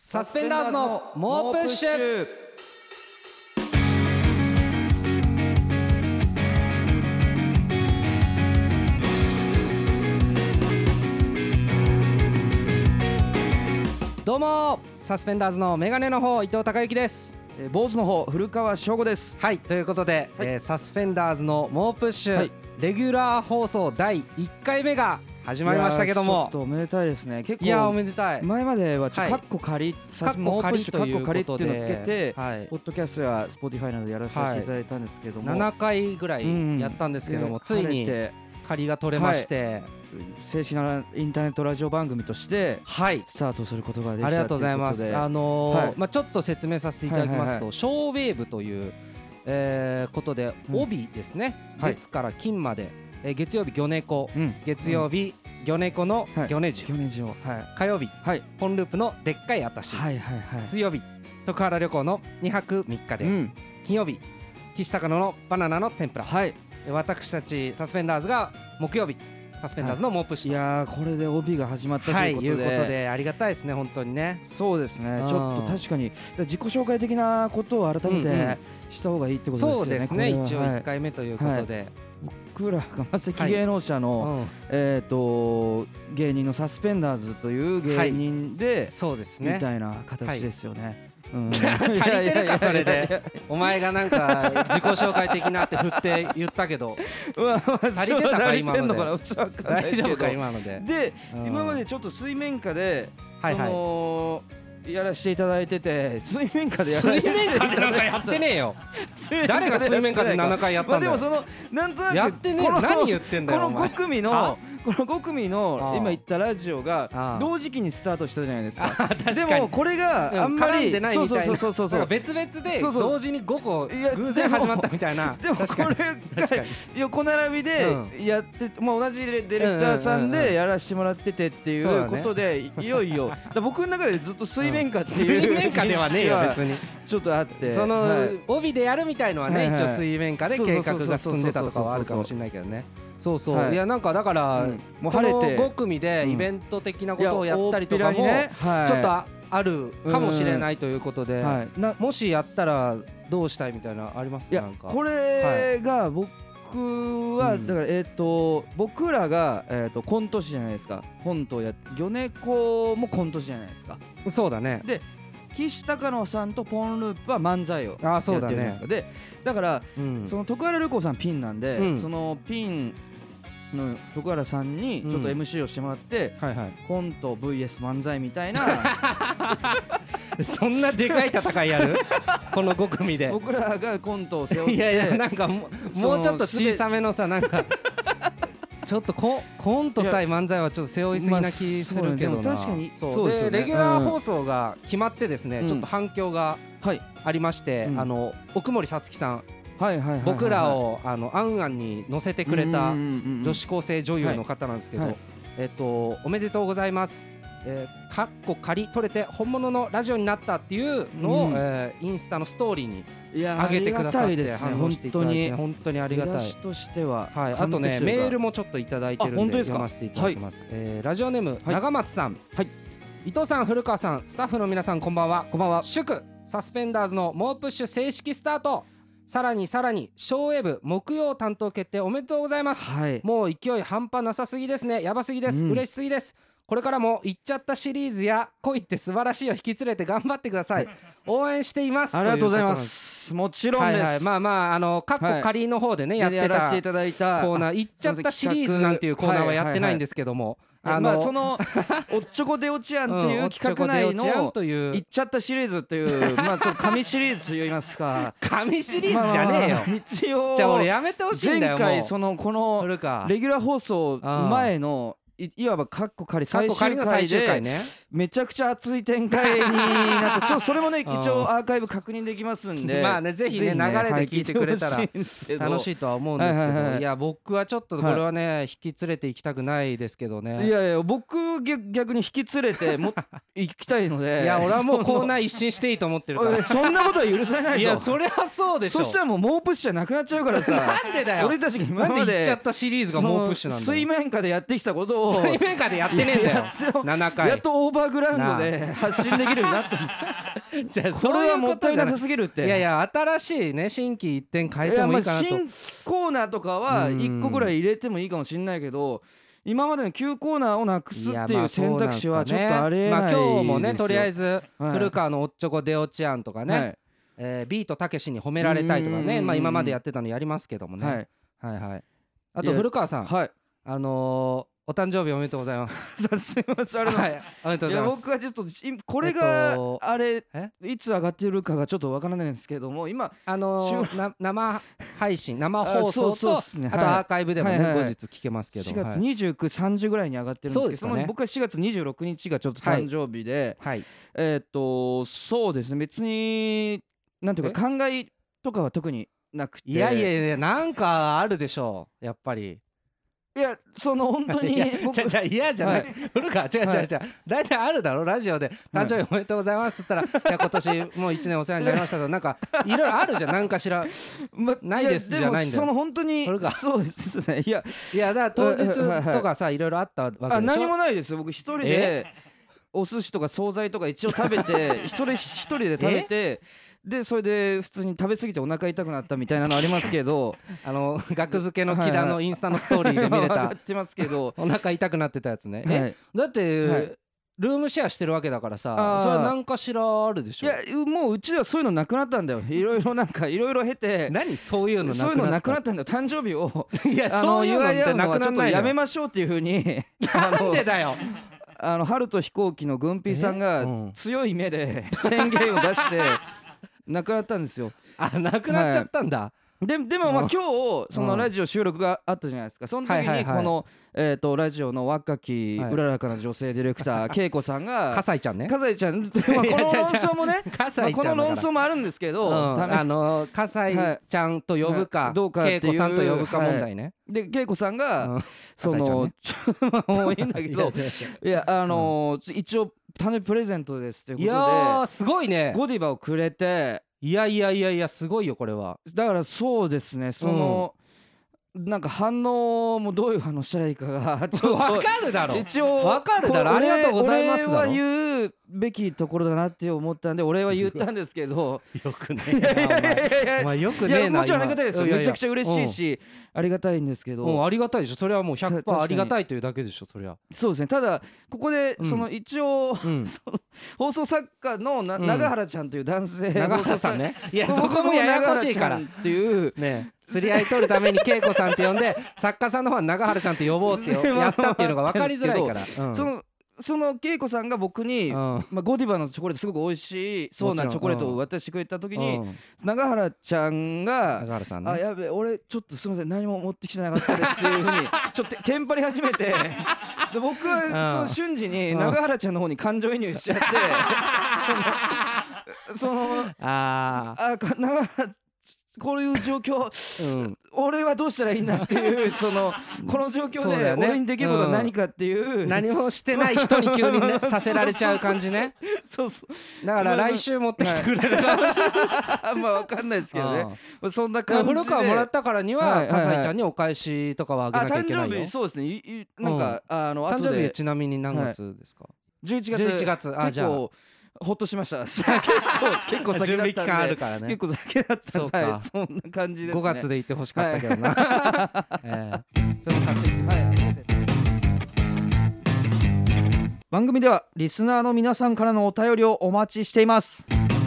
サスペンダーズの猛プッシュ。どうもサスペンダーズのメガネの方伊藤孝之です。 坊主の方古川翔吾です。 はい、ということで、サスペンダーズの猛プッシュ、レギュラー放送第1回目が始まりましたけども、 ちょっとおめでたいですね。結構いやおめでたい。 前まではカッコ仮猛プッシュカッコ仮っていうのをつけて、ポッドキャストや Spotify などでやらせていただいたんですけども、 7回ぐらいやったんですけども、ついに仮が取れまして、 正式なインターネットラジオ番組としてスタートすることができたということで、 ありがとうございます。ちょっと説明させていただきますと、ショーウェーブということで帯ですね、月から金まで、月曜日魚猫、月曜日魚猫の魚ネジ、火曜日ポンループのでっかいあたし、水曜日徳原旅行の2泊3日で、金曜日岸高野のバナナの天ぷら、私たちサスペンダーズが木曜日サスペンダーズの猛プッシュと、 いやこれで帯が始まったということで、 ありがたいですね本当にね。 そうですね、ちょっと確かに自己紹介的なことを改めてした方がいいってことですよね。 そうですね、一応1回目ということで、 僕らがマセキ芸能者の芸人のサスペンダーズという芸人でみたいな形ですよね。 足りてるかそれで。お前がなんか自己紹介的なって振って言ったけど足りてたか今ので。大丈夫か今ので。 で今までちょっと水面下でやらせていただいてて、水面下でなんかやってねえよ。誰が水面下で7回やったんだよ。 でもなんとなくやってねえ。何言ってんだよこの5組の今言ったラジオが同時期にスタートしたじゃないですか。でもこれがあんまり絡んでないみたいな、 そう別々で同時に5個偶然始まったみたいな。 でもこれが横並びでやって同じディレクターさんでやらせてもらっててっていうことで、いよいよ僕の中でずっと水面下っていう水面下ではねえよ別に。 ちょっとあって、 その帯でやるみたいのはね、一応水面下で計画が進んでたとかはあるかもしれないけどね。そうそう、いやなんかだからもうこの5組でイベント的なことをやったりとかもちょっとあるかもしれないということで、もしやったらどうしたいみたいなあります？なんかこれが僕はだから僕らがコント師じゃないですか。コントを魚猫もコント師じゃないですか。 そうだね。 で岸高野さんとポンループは漫才をやってるじゃないですか。でだからその徳原旅行さんピンなんで、そのピンの徳原さんにちょっと MC をしてもらって、コント VS 漫才みたいなそんなでかい戦いやるこの5組で僕らがコントを背負って、 いやなんかもうちょっと小さめのさ、なんかちょっとコント対漫才はちょっと背負いすぎな気するけどな。 確かにそうですよね。レギュラー放送が決まってですね、ちょっと反響がありまして、奥森さつきさん、僕らをアンアンに乗せてくれた女子高生女優の方なんですけど、おめでとうございます、かっこ仮取れて本物のラジオになったっていうのをインスタのストーリーに上げてくださって反応していただいて本当にありがたい。 私としてはあとねメールもちょっといただいてるんで読ませていただきます。ラジオネーム長松さん、伊藤さん、古川さん、スタッフの皆さんこんばんは。祝サスペンダーズの猛プッシュ正式スタート。さらにショーウェーブ木曜担当決定おめでとうございます。もう勢い半端なさすぎですね。やばすぎです。嬉しすぎです。これからも言っちゃったシリーズや恋って素晴らしいを引き連れて頑張ってください。応援しています。 ありがとうございます。もちろんです。 まあカッコ仮の方でねやってたコーナー、言っちゃったシリーズなんていうコーナーはやってないんですけども、 そのおっちょこでおちやんっていう企画内の言っちゃったシリーズっていうちょっと神シリーズと言いますか。 神シリーズじゃねえよ。 一応じゃあ俺やめてほしいんだよ。 前回このレギュラー放送前のいわばカッコ仮最終回でめちゃくちゃ熱い展開になって、ちょっとそれもね一応アーカイブ確認できますんで、 まあねぜひね流れで聞いてくれたら楽しいとは思うんですけど、いや僕はちょっとこれはね引き連れて行きたくないですけどね。 いや僕逆に引き連れても行きたいのでいや俺はもうコーナー一新していいと思ってるから。 そんなことは許さないぞ。 いやそりゃそうでしょ。 そしたらもう猛プッシュじゃなくなっちゃうからさ。 なんでだよ。 俺たちが今まで言っちゃったシリーズが猛プッシュなんだよ。 水面下でやってきたことをと水面下でやってねえんだよ7回やっとオーバーグラウンドで発信できるようになったじゃあそれはもったいなさすぎるって。 いやいや新しいね新規一点変えてもいいかなと。 新コーナーとかは1個ぐらい入れてもいいかもしれないけど、今までの旧コーナーをなくすっていう選択肢はちょっとありえないですよ。 今日もねとりあえず古川のおっちょこでおちやんとかね、ビートたけしに褒められたいとかね、今までやってたのやりますけどもね。はいはい。あと古川さん、お誕生日おめでとうございます。 すいません、ありがとうございます。 おめでとうございます。 僕はちょっとこれがあれいつ上がってるかがちょっとわからないんですけども、今生配信生放送とあとアーカイブでもね後日聞けますけど、 4月29、30ぐらいに上がってるんですけど、僕は4月26日がちょっと誕生日で、そうですね、別になんていうか考えとかは特になくて。 いやいやいや、なんかあるでしょうやっぱり。 いやその本当にじゃ嫌じゃない、古川違う大体あるだろラジオで誕生日おめでとうございますっつったら、いや今年もう1年お世話になりましたとかなんかいろいろあるじゃん、何かしらないですじゃないんだよ。 その本当にそうですね。いやだから当日とかさいろいろあったわけでしょ。 何もないですよ。僕一人でお寿司とか惣菜とか一応食べて一人で食べて、でそれで普通に食べ過ぎてお腹痛くなったみたいなのありますけど学付けの木田のインスタのストーリーで見れたやってますけどお腹痛くなってたやつね。だってルームシェアしてるわけだからさ、それは何かしらあるでしょ。 いやもううちではそういうのなくなったんだよ。いろいろ経て何そういうのなくなったんだよ。誕生日をいやそういうのってなくならないよ。 ちょっとやめましょうっていう風になんでだよ。 春と飛行機の軍ピーさんが強い目で宣言を出してなくなったんですよ。 なくなっちゃったんだ。 でも今日そのラジオ収録があったじゃないですか。その時にこのラジオの若きうららかな女性ディレクター恵子さんが笠井ちゃんね、 この論争もねこの論争もあるんですけど、 笠井ちゃんと呼ぶか恵子さんと呼ぶか問題ね。 で恵子さんがそのもういいんだけど、いや一応誕生日プレゼントですっていうことで、いやすごいね、 ゴディバをくれて、 いやすごいよこれは。 だからそうですね、そのなんか反応もどういう反応したらいいかがちょっと分かるだろ。 一応分かるだろ。ありがとうございますだろ。 俺は言うべきところだなって思ったんで俺は言ったんですけどよくねえなお前よくねえな。 もちろんありがたいですよ。めちゃくちゃ嬉しいしありがたいんですけど、 ありがたいでしょ。それはもう 100% ありがたいというだけでしょそりゃ。 そうですね。ただここでその一応その放送作家の永原ちゃんという男性、 永原さんね、いやそこもややこしいからっていうね、釣り合い取るために恵子さんって呼んで作家さんの方は永原ちゃんって呼ぼうってやったっていうのが分かりづらいから、その恵子さんが僕にゴディバのチョコレートすごく美味しそうなチョコレートを渡してくれた時に永原ちゃんがあやべ俺ちょっとすみません何も持ってきてなかったですっていう風にちょっとテンパり始めてで僕はその瞬時に永原ちゃんの方に感情移入しちゃって永原こういう状況、俺はどうしたらいいんだっていうこの状況で俺にできることは何かっていう、何もしてない人に急にねさせられちゃう感じね。そうだから来週持ってきてくれるかもしれない。 まあわかんないですけどね。そんな感じで古川もらったからには笠井ちゃんにお返しとかはあげなきゃいけないよ。 誕生日そうですね。なんか誕生日ちなみに何月ですか？11月。じゃあほっとしました。結構先だったんであるからね。 結構先だったんで、そんな感じですね。 5月で行ってほしかったけどな。それも買っていって番組ではリスナーの皆さんからのお便りをお待ちしています。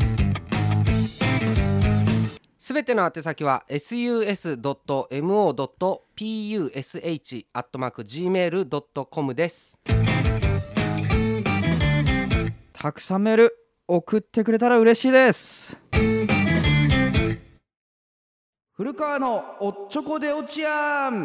すべての宛先は sus.mo.push@gmail.com です。 たくさんメール送ってくれたら嬉しいです。古川のおっちょこでおちやん。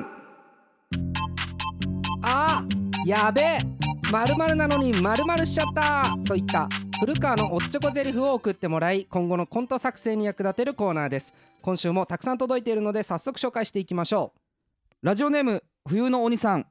やべえ〇〇なのに〇〇しちゃったといった古川のおっちょこゼリフを送ってもらい今後のコント作成に役立てるコーナーです。今週もたくさん届いているので早速紹介していきましょう。ラジオネーム冬の鬼さん。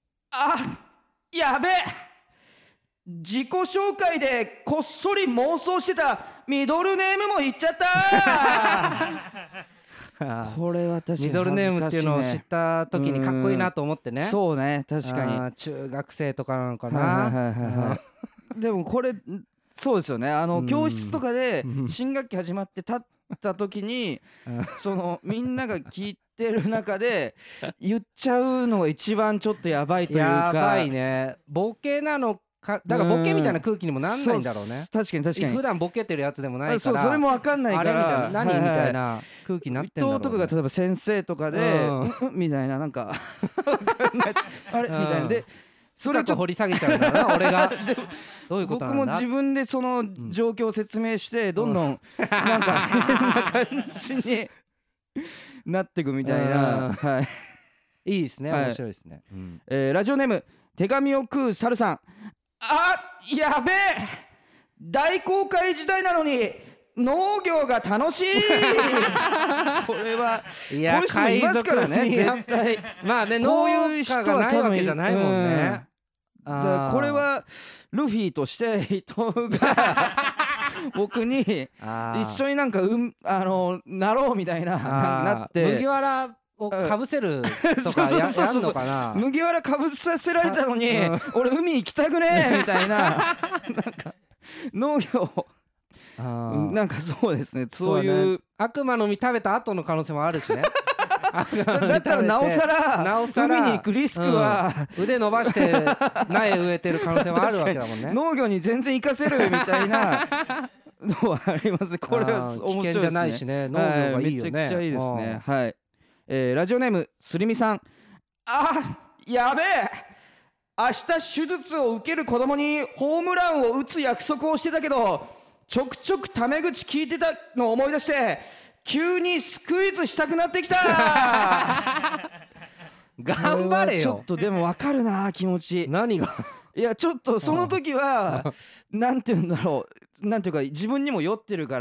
やべえ自己紹介でこっそり妄想してたミドルネームも言っちゃったこれは確かにミドルネームっていうのを知った時にかっこいいなと思ってね。 そうね、確かに中学生とかなのかな。 でもこれそうですよね、教室とかで新学期始まって立った時にそのみんなが聞いてる中で言っちゃうのが一番ちょっとやばいというか、 やばいね。ボケなのか、だからボケみたいな空気にもなんないんだろうね。 確かに確かに普段ボケてるやつでもないから、 それも分かんないから、 何みたいな空気になってんだろうね。 伊藤とかが例えば先生とかでみたいな、なんかあれみたいなで、 それをちょっと掘り下げちゃうんだな俺が。どういうことなんだ。 僕も自分でその状況を説明してどんどんなんか変な感じになっていくみたいな。 いいですね、面白いですね。 ラジオネーム手紙を食う猿さん。やべえ、大航海時代なのに農業が楽しい。これはこういう人もいますからね、絶対。 まあね、農家がないわけじゃないもんね。 これはルフィとして伊藤が僕に一緒になんかなろうみたいななって、 麦わらをかぶせるとかやんのかな。 麦わらかぶさせられたのに俺海行きたくねえみたいな、なんか農業なんかそうですね、そういう悪魔の実食べた後の可能性もあるしね。 だったらなおさら海に行くリスクは腕伸ばして苗植えてる可能性もあるわけだもんね。 農業に全然活かせるみたいなのはあります。これは面白いですね。危険じゃないしね、農業がいいよね。めちゃくちゃいいですね。はい。ラジオネームすりみさん。やべえ、明日手術を受ける子供にホームランを打つ約束をしてたけど、ちょくちょくタメ口聞いてたのを思い出して急にスクイズしたくなってきた。 頑張れよ。 ちょっとでも分かるな、気持ち。 何が。 いやちょっとその時はなんて言うんだろう、なんていうか自分にも酔ってるから、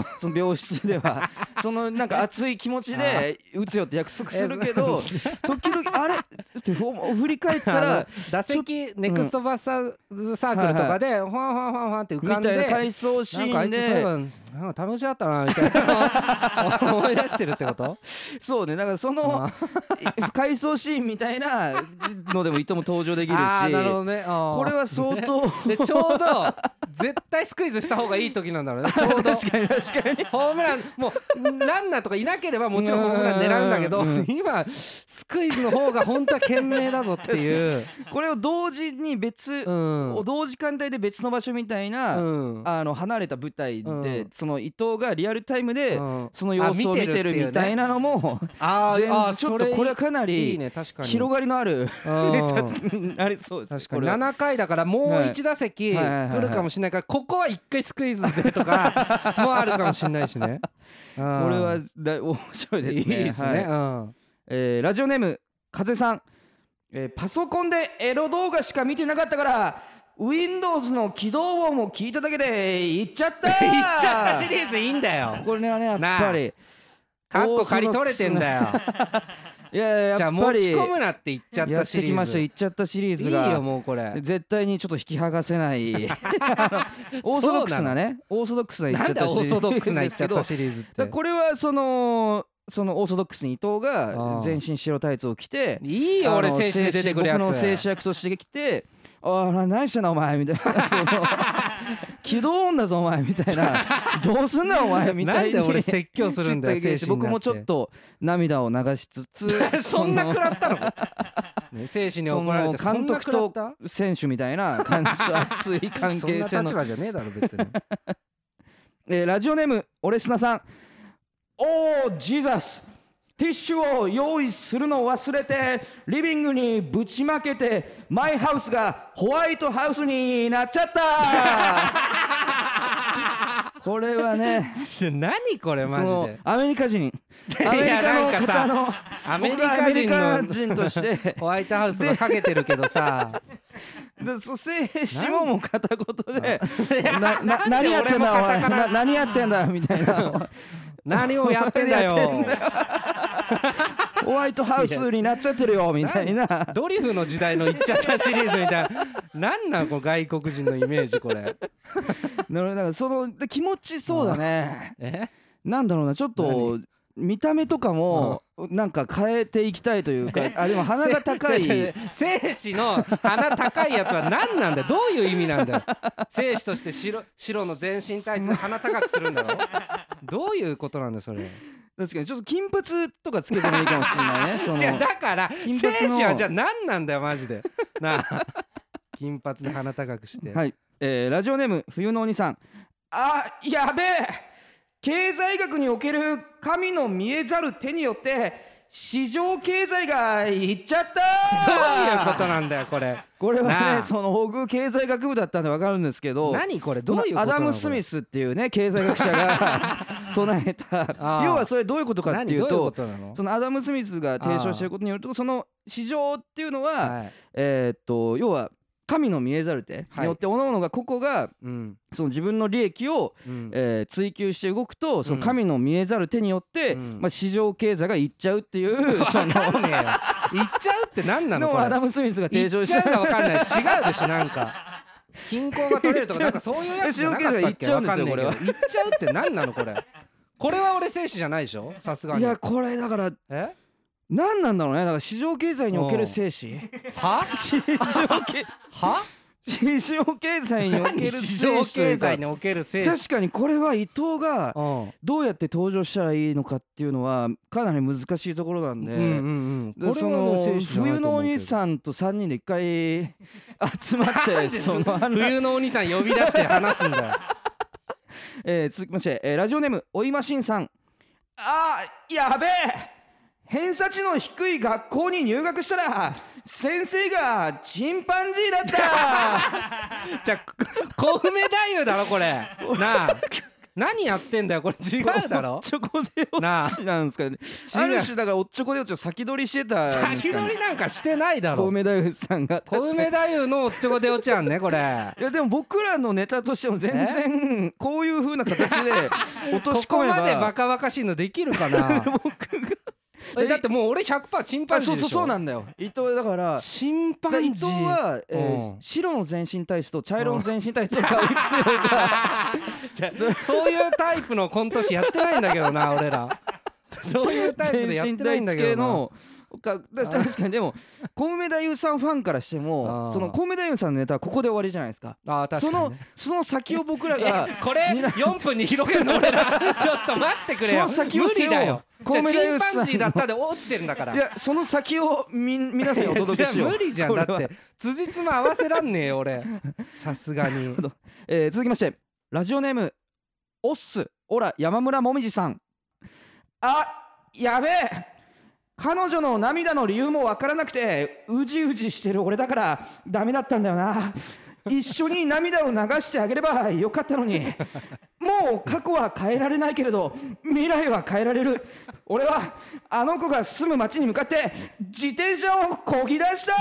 その病室ではそのなんか熱い気持ちで打つよって約束するけど、時々あれって振り返ったら打席ネクストバスターサークルとかでファンファンファンファンって浮かんで、 みたいな回想シーンでなんか楽しかったなみたいな思い出してるってこと。 そうね、だからその回想シーンみたいなのでもいとも登場できるし、 なるほどね。 これは相当でちょうど絶対スクイズした方がいい時なんだろうね。ちょうど確かにホームラン、もうランナーとかいなければもちろんホームラン狙うんだけど、今スクイズの方が本当は賢明だぞっていう。 これを同時に同時間帯で別の場所みたいな、離れた舞台で、その伊藤がリアルタイムでその様子を見てるみたいなのもちょっとこれはかなり広がりのあるありそうです。 確かに7回だからもう1打席来るかもしれないから、ここは1回スクイズでとかもあるかもしれないしね。 これは面白いですね。いいですね。ラジオネーム風さん。パソコンでエロ動画しか見てなかったからWindows の起動音も聞いただけで行っちゃった行っちゃったシリーズいいんだよ。 これはね、やっぱりカッコ借り取れてんだよ。 いややっぱりじゃあ持ち込むなって言っちゃったシリーズ。 やってきました、言っちゃったシリーズがいいよもうこれ絶対にちょっと引き剥がせないオーソドックスなね、オーソドックスな言っちゃったシリーズ。 なんでオーソドックスな言っちゃったシリーズって。 これはそのオーソドックスに伊藤が全身白タイツを着て、 いいよ俺静止で出てくるやつ、 僕の静止役としてきて、何してんだお前みたいな起動音だぞお前みたいな、どうすんだお前みたいになんで俺説教するんだよ精神になって。 僕もちょっと涙を流しつつそんな食らったの精神に怒られて監督と選手みたいな感じ、熱い関係性のそんな立場じゃねえだろ別に。 ラジオネームオレスナさん。おージーザス、ティッシュを用意するのを忘れてリビングにぶちまけてマイハウスがホワイトハウスになっちゃったこれはね何これマジで。 アメリカ人の方のアメリカ人としてホワイトハウスがかけてるけどさ静止も片言で何やってんだ何やってんだみたいな何をやってんだよホワイトハウスになっちゃってるよみたいなドリフの時代の言っちゃったシリーズみたいな。なんなんこの外国人のイメージこれ。だからその気持ちそうだね。なんだろうな、ちょっと見た目とかもなんか変えていきたいというか、でも鼻が高い精子の鼻高いやつは何なんだよ、どういう意味なんだよ。精子として白の全身タイツで鼻高くするんだろどういうことなんだよそれ。 確かにちょっと金髪とかつけてもいいかもしれないね。 違う、だから精子はじゃあ何なんだよマジでなあ金髪で鼻高くして。 はい、ラジオネーム冬のお兄さん。やべえ、経済学における神の見えざる手によって市場経済がいっちゃった。 どういうことなんだよこれ。 これはね、その北宮経済学部だったんで分かるんですけど、 何これ、どういうことなの。 アダム・スミスっていうね経済学者が唱えた要はそれどういうことかっていうと、そのアダム・スミスが提唱していることによると、その市場っていうのは要は神の見えざる手によって各々が個々がその自分の利益を追求して動くと、その神の見えざる手によって市場経済がいっちゃうっていう、 そのいっちゃうって何なのこれ。 アダム・スミスが提唱した。 いっちゃうが分かんない、違うでしょなんか均衡が取れるとかなんかそういうやつじゃなかったっけ。いっちゃうんですよこれは。いっちゃうって何なのこれ。これは俺精子じゃないでしょさすがに。 いやこれだから何なんだろうね。だから市場経済における精子は市場経済における市場経済における精子。 確かにこれは伊藤がどうやって登場したらいいのかっていうのはかなり難しいところなんで、その冬のお兄さんと3人で一回集まってその冬のお兄さん呼び出して話すんだよ。 続きまして、ラジオネームおいましんさん。やべえ、偏差値の低い学校に入学したら先生がチンパンジーだったじゃあ小梅太夫だろこれなあ何やってんだよこれ。違うだろ。 おっちょこで落ちなんですかね。ある種だからおっちょこで落ちを先取りしてたんですかね。 先取りなんかしてないだろ小梅太夫さんが。 小梅太夫のおっちょこで落ちやんねこれ。 いやでも僕らのネタとしても全然こういう風な形で落とし込めばここまでバカバカしいのできるかな僕がだってもう俺 100% チンパンジーでしょ。 そうなんだよ。伊藤だからチンパンジー。 伊藤は、白の全身タイツと茶色の全身タイツを買う必要がそういうタイプのコント師やってないんだけどな俺ら。そういうタイプでやってないんだけどな。 確かに。でも小梅太夫さんファンからしてもその小梅太夫さんのネタはここで終わりじゃないですか。 確かにね。 その先を僕らがこれ4分に広げるの俺らちょっと待ってくれよ。 その先を無理だよ。 小梅太夫さんチンパンジーだったで落ちてるんだから。 いやその先を皆さんにお届けしよう。 無理じゃん。だって辻褄合わせらんねえよ俺さすがに。 続きましてラジオネームおっすオラ山村もみじさん。やべえ、彼女の涙の理由もわからなくてうじうじしてる俺だからダメだったんだよな。一緒に涙を流してあげればよかったのに。もう過去は変えられないけれど未来は変えられる。俺はあの子が住む町に向かって自転車をこぎ出した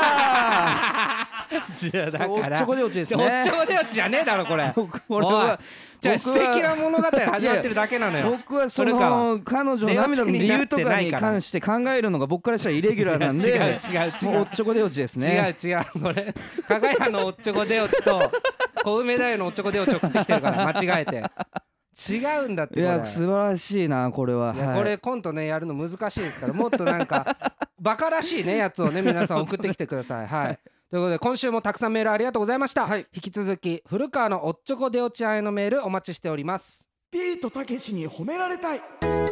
だからおっちょこで落ちですね。 おっちょこで落ちじゃねえだろこれ。 俺はじゃあ素敵な物語始まってるだけなのよ。 僕はその彼女の涙の理由とかに関して考えるのが僕からしたらイレギュラーなんで違うおっちょこで落ちですね。 違うこれ加賀屋のおっちょこで落ちと小梅太夫のおっちょこで落ち送ってきてるから間違えて。違うんだってこれ。 いや素晴らしいなこれは。 これコントねやるの難しいですからもっとなんかバカらしいねやつをね皆さん送ってきてください。はいということで今週もたくさんメールありがとうございました。引き続き古川のおっちょこで落ち愛のメールお待ちしております。 ビートたけしに褒められたい。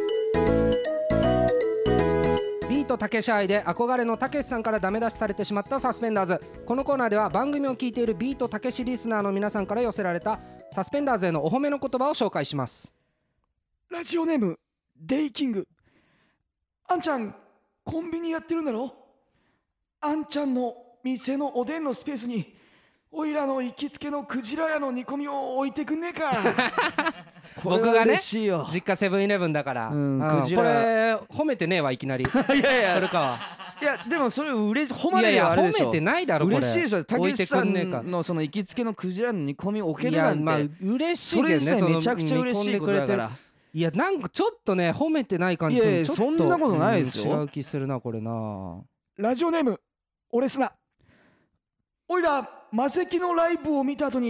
ビートたけし愛で憧れのたけしさんからダメ出しされてしまったサスペンダーズ。このコーナーでは番組を聞いているビートたけしリスナーの皆さんから寄せられたサスペンダーズへのお褒めの言葉を紹介します。 ラジオネームデイキング。あんちゃんコンビニやってるんだろ。あんちゃんの店のおでんのスペースにおいらの行きつけのクジラ屋の煮込みを置いてくんねえか僕がね実家セブンイレブンだから、これ褒めてねえわいきなり。いや古川いやでもそれ褒まれよあれでしょ。 褒めてないだろこれ。 嬉しいでしょたけしさんのその行きつけのクジラの煮込みを置けるなんて。 まあ嬉しいけどね。 それめちゃくちゃ嬉しいことだから。 いやなんかちょっとね褒めてない感じする。 そんなことないですよ。 違う気するなこれな。 ラジオネームオレスナ。おいら魔石のライブを見た後に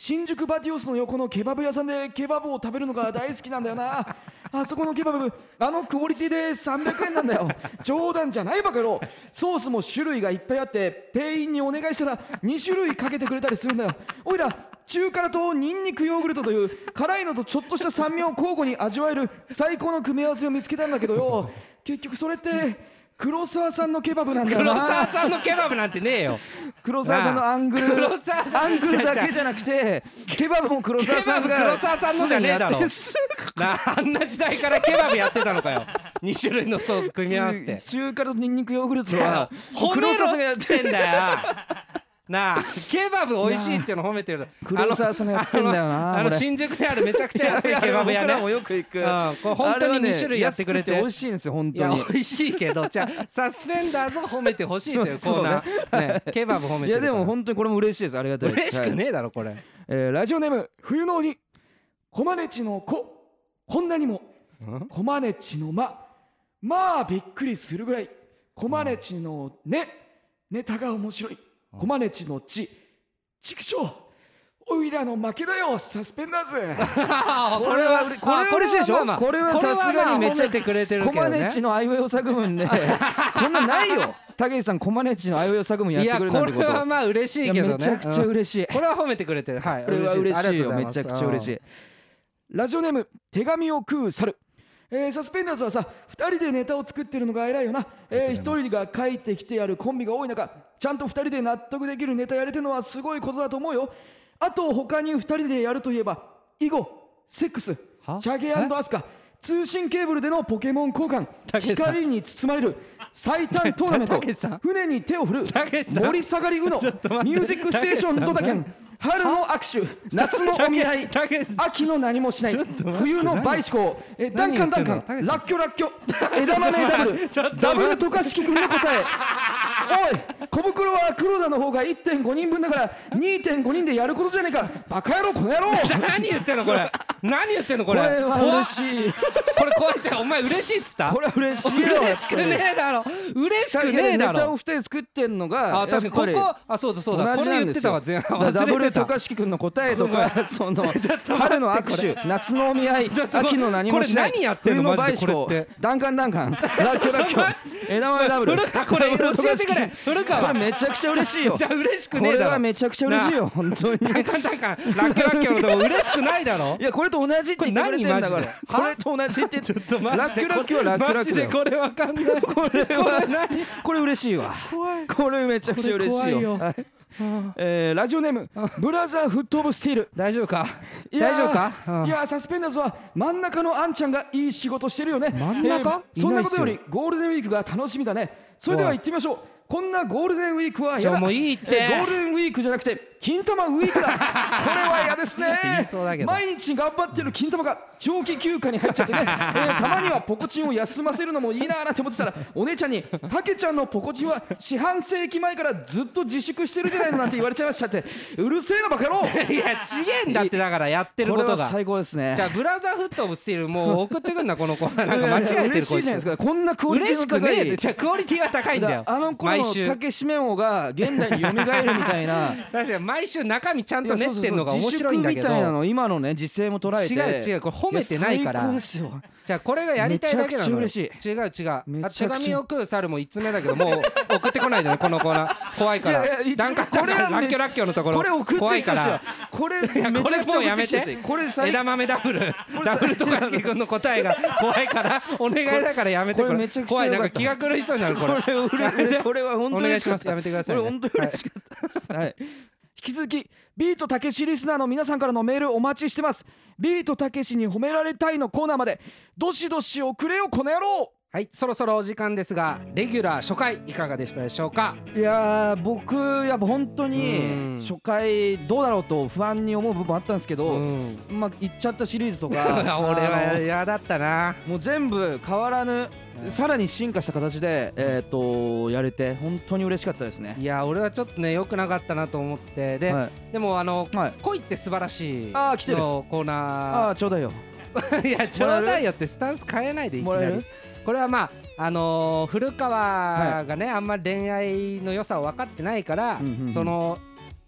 新宿バティオスの横のケバブ屋さんでケバブを食べるのが大好きなんだよな。あそこのケバブ、あのクオリティで300円なんだよ。冗談じゃないバカ野郎。ソースも種類がいっぱいあって、店員にお願いしたら2種類かけてくれたりするんだよ。おいら中辛とニンニクヨーグルトという辛いのとちょっとした酸味を交互に味わえる最高の組み合わせを見つけたんだけどよ、結局それって黒沢さんのケバブなんだよな。 黒沢さんのケバブなんてねえよ。 黒沢さんのアングルだけじゃなくてケバブも黒沢さんが黒沢さんのじゃねえだろ。あんな時代からケバブやってたのかよ。2種類のソース組み合わせて中辛とニンニクヨーグルトは黒沢さんがやってんだよなあ。ケバブ美味しいっていうの褒めてる。 黒沢さんがやってんだよな。 新宿にあるめちゃくちゃ安いケバブ屋ね。 僕らもよく行く。 これ本当に2種類やってくれて美味しいんですよ本当に。 いや美味しいけど、じゃあサスペンダーズを褒めてほしいというコーナーね。ケバブ褒めてる。 いやでも本当にこれも嬉しいです。ありがたいです。 嬉しくねえだろこれ。 ラジオネーム冬の鬼。コマネチの子、こんなにもコマネチのまあびっくりするぐらいコマネチのネタが面白い。コマネチのち畜生、おいらの負けだよサスペンダーズ。 これは嬉しいでしょ。これはさすがにめっちゃてくれてるけどね。 コマネチのアイウェイオサグムンでこんなんないよ。たけしさんコマネチのアイウェイオサグムンやってくれるなんてこと。 いやこれはまあ嬉しいけどね。 めちゃくちゃ嬉しい。 これは褒めてくれてる。はい。 これは嬉しいよ。めちゃくちゃ嬉しい。ラジオネーム手紙を食う猿。サスペンダーズはさ2人でネタを作ってるのが偉いよな。1人が書いてきてやるコンビが多い中、ちゃんと2人で納得できるネタやれてるのはすごいことだと思うよ。あと他に2人でやるといえば囲碁、セックス、チャゲ&アスカ、通信ケーブルでのポケモン交換、光に包まれる最短トーナメント、船に手を振る盛り下がりウノ、ミュージックステーションドタキャン、春の握手、夏のお見合い、秋の何もしない、冬の倍思考、ダンカン、ラッキョ、枝豆ダブル、ダブル渡嘉敷君の答え。おい、小袋は黒田の方が 1.5 人分だから 2.5 人でやることじゃねえか。バカ野郎この野郎。 何言ってんのこれ。何言ってんのこれ。 これは嬉しい。 これ怖い。じゃあお前嬉しいっつった。 これは嬉しいよ。 嬉しくねえだろ。嬉しくねえだろ。 ネタを2人作ってんのが確かにここそうだこれ言ってたわ。前半ダブル渡嘉敷君の答えとかその春の握手、夏のお見合い、秋の何もしない、冬の倍思考、ダンカン、ラッキョ、枝豆ダブル。 これ教えてくれ。古川。 これめちゃくちゃ嬉しいよ。 じゃあ嬉しくねえだろ。 これはめちゃくちゃ嬉しいよ本当に。 ダンカンラッキョのとこ嬉しくないだろ。 いやこれと同じって言ってくれてんだから。これと同じってちょっとマジでラッキョはラッキョマジでこれわかんない。 これ嬉しいわ。これめちゃくちゃ嬉しいよ。ラジオネームブラザーフットオブスティール。 大丈夫か。 いやサスペンダーズは真ん中のあんちゃんがいい仕事してるよね。 真ん中、 そんなことよりゴールデンウィークが楽しみだね。それでは行ってみましょう。こんなゴールデンウィークはやだ。 もういいって。 ゴールデンウィークじゃなくて金玉ウィークだ。これは嫌ですね。毎日頑張ってる金玉が長期休暇に入っちゃってね、たまにはポコチンを休ませるのもいいななんて思ってたら、お姉ちゃんにたけちゃんのポコチンは四半世紀前からずっと自粛してるじゃないのなんて言われちゃいましたって。うるせえなバカ野郎。 いやちげえんだってだからやってることが。 これは最高ですね。 じゃあブラザーフットオブスティールもう送ってくんなこの子。なんか間違えてる。 嬉しいじゃないですか。こんなクオリティの高い。 じゃあクオリティは高いんだよ。 あの頃のたけしめんおが現代に蘇るみたいな。 確かに毎週中身ちゃんと練ってんのが面白いんだけど。 自粛みたいなの今のね時勢も捉えて。 違うこれ褒めてないから。じゃあこれがやりたいだけなの。違う手紙を食う猿も5つ目だけどもう送ってこないでねこのコーナー。怖いから。なんかこれラッキョのところ怖いから。 これめちゃくちゃもうやめて。枝豆ダブル渡嘉敷君の答えが怖いからお願いだからやめて。これ怖い。なんか気が狂いそうになるこれ。 これは本当にお願いします。やめてください。 これ本当に嬉しかったです。はい。引き続きビートたけしリスナーの皆さんからのメールお待ちしてます。ビートたけしに褒められたいのコーナーまでどしどし送れよこの野郎。 はい、そろそろお時間ですがレギュラー初回いかがでしたでしょうか。 いや僕やっぱ本当に初回どうだろうと不安に思う部分あったんですけど、まあ言っちゃったシリーズとか俺は嫌だったな。 もう全部変わらぬさらに進化した形でやれて本当に嬉しかったですね。 いや俺はちょっとね良くなかったなと思ってで、でも恋って素晴らしい来てるコーナー。 ちょうだいよ。 いやちょうだいよってスタンス変えないでいきなり。これはまあ古川がねあんまり恋愛の良さを分かってないからその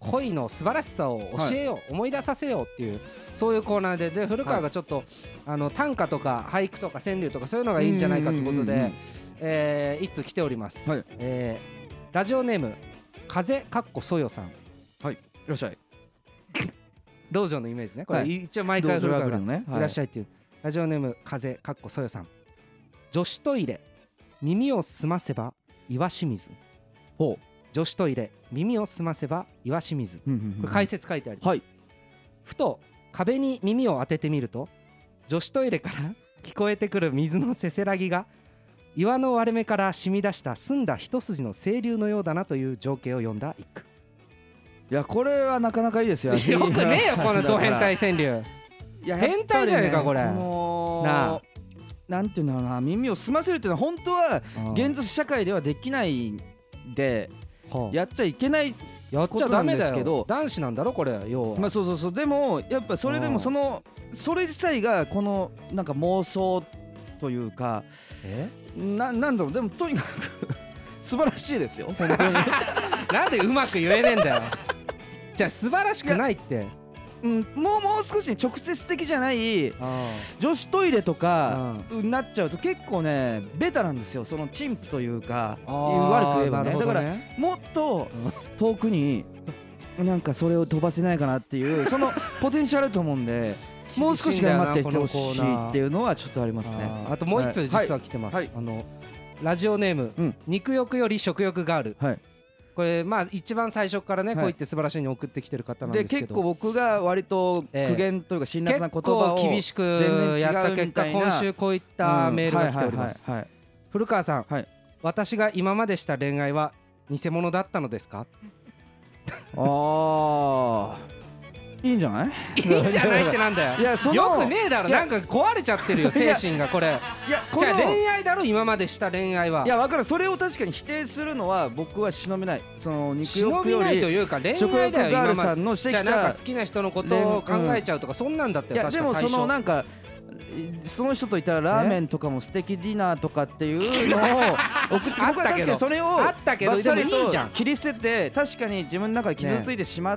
恋の素晴らしさを教えよう、思い出させようっていうそういうコーナーで古川がちょっと短歌とか俳句とか川柳とかそういうのがいいんじゃないかということで一通来ております。ラジオネーム風かっこそよさん。 はい、いらっしゃい。 道場のイメージね。これ一応毎回古川がいらっしゃいっていう。ラジオネーム風かっこそよさん。女子トイレ耳を澄ませば岩清水。ほう。女子トイレ耳を澄ませば岩清水。これ解説書いてあります。はい、ふと壁に耳を当ててみると女子トイレから聞こえてくる水のせせらぎが岩の割れ目から染み出した澄んだ一筋の清流のようだなという情景を読んだ一句。 いやこれはなかなかいいですよ。 よくねえよこのド変態川柳。いや変態じゃねえかこれ。 なあなんていうんだろうな、耳を澄ませるっていうのは本当は現実社会ではできないんでやっちゃいけないやっちゃダメだよ。男子なんだろこれ要は。 まあそうそうそう。でもやっぱそれでもそれ自体がこのなんか妄想というかなんだろう。でもとにかく素晴らしいですよ本当に。 なんでうまく言えねえんだよ。じゃあ素晴らしくないって。 もう少し直接的じゃない女子トイレとかなっちゃうと結構ねベタなんですよ。その陳腐というか悪く言えばね。だからもっと遠くになんかそれを飛ばせないかなっていうそのポテンシャルあると思うんでもう少し頑張ってしてほしいっていうのはちょっとありますね。 あともう一つ実は来てます。ラジオネーム肉欲より食欲がある。これまあ一番最初からねこう言って素晴らしいに送ってきてる方なんですけど、 結構僕が割と苦言というか辛辣な言葉を結構厳しくやった結果今週こういったメールが来ております。古川さん、私が今までした恋愛は偽物だったのですか？ いいんじゃない？ いいんじゃないってなんだよ。よくねえだろ。なんか壊れちゃってるよ精神がこれ。じゃあ恋愛だろ今までした恋愛は。 いや分かる。それを確かに否定するのは僕は忍びない。その肉欲より忍びないというか恋愛だよ今まで。じゃあなんか好きな人のことを考えちゃうとかそんなんだって。 いやでもそのなんかその人といったらラーメンとかも素敵ディナーとかっていうのを送って僕は確かにそれをあったけどでもいいじゃん。 切り捨てて確かに自分の中で傷ついてしまった。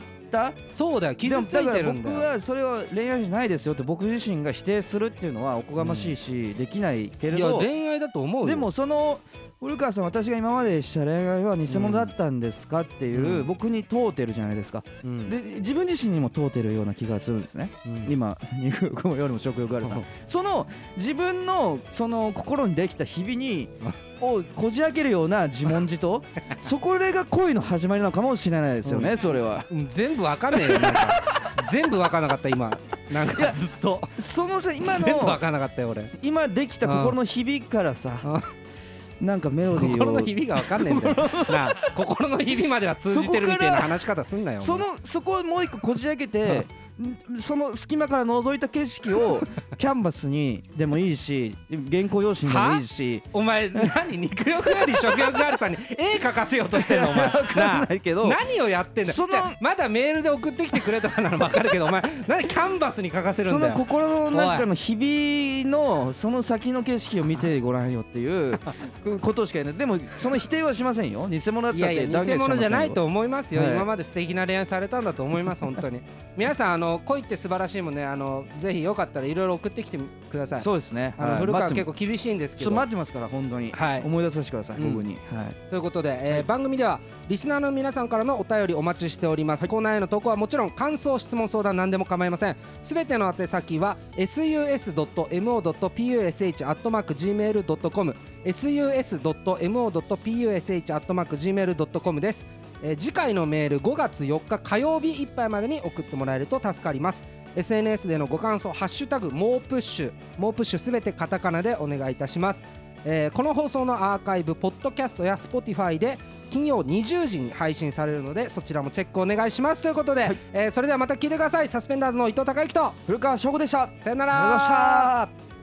そうだよ傷ついてるんだよ。 僕はそれは恋愛じゃないですよって僕自身が否定するっていうのはおこがましいしできないけれど。 いや恋愛だと思うよ。 でもその古川さん私が今までした恋愛は偽物だったんですかっていう僕に問うてるじゃないですか。で自分自身にも問うてるような気がするんですね。今肉欲よりも食欲があるさんその自分のその心にできたひびにをこじ開けるような自問自答そこが恋の始まりなのかもしれないですよね。それは全部わかんねえよ。なんか全部わかんなかった今。なんかずっとそのさ今の全部わかんなかったよ俺。 今できた心のひびからさなんかメロディーを心のひびがわかんねえんだよなあ。心のひびまでは通じてるみたいな話し方すんなよ。 そこをもう一個こじ開けてその隙間から覗いた景色をキャンバスにでもいいし原稿用紙にでもいいし。 お前何肉欲より食欲があるさんに絵描かせようとしてんのお前。 分かんないけど何をやってんだよ。じゃあまだメールで送ってきてくれとかなら分かるけどお前何キャンバスに描かせるんだよ。 その心の中のひびのその先の景色を見てごらんよっていうことしか言えない。でもその否定はしませんよ。偽物だったって偽物じゃないと思いますよ。今まで素敵な恋愛されたんだと思います本当に。皆さん恋って素晴らしいもんね。ぜひよかったらいろいろ送ってきてください。 そうですね。 古川結構厳しいんですけど待ってますから本当に思い出させてください僕に。 ということで番組ではリスナーの皆さんからのお便りお待ちしております。コーナーへの投稿はもちろん感想質問相談何でも構いません。すべての宛先は sus.mo.push@gmail.com sus.mo.push@gmail.com です。次回のメール5月4日火曜日いっぱいまでに送ってもらえると助かります。 SNS でのご感想ハッシュタグもうプッシュすべてカタカナでお願いいたします。この放送のアーカイブポッドキャストや Spotify で金曜20時に配信されるのでそちらもチェックお願いしますということで、それではまた聞いてください。サスペンダーズの伊藤孝之と古川翔吾でした。 さよなら。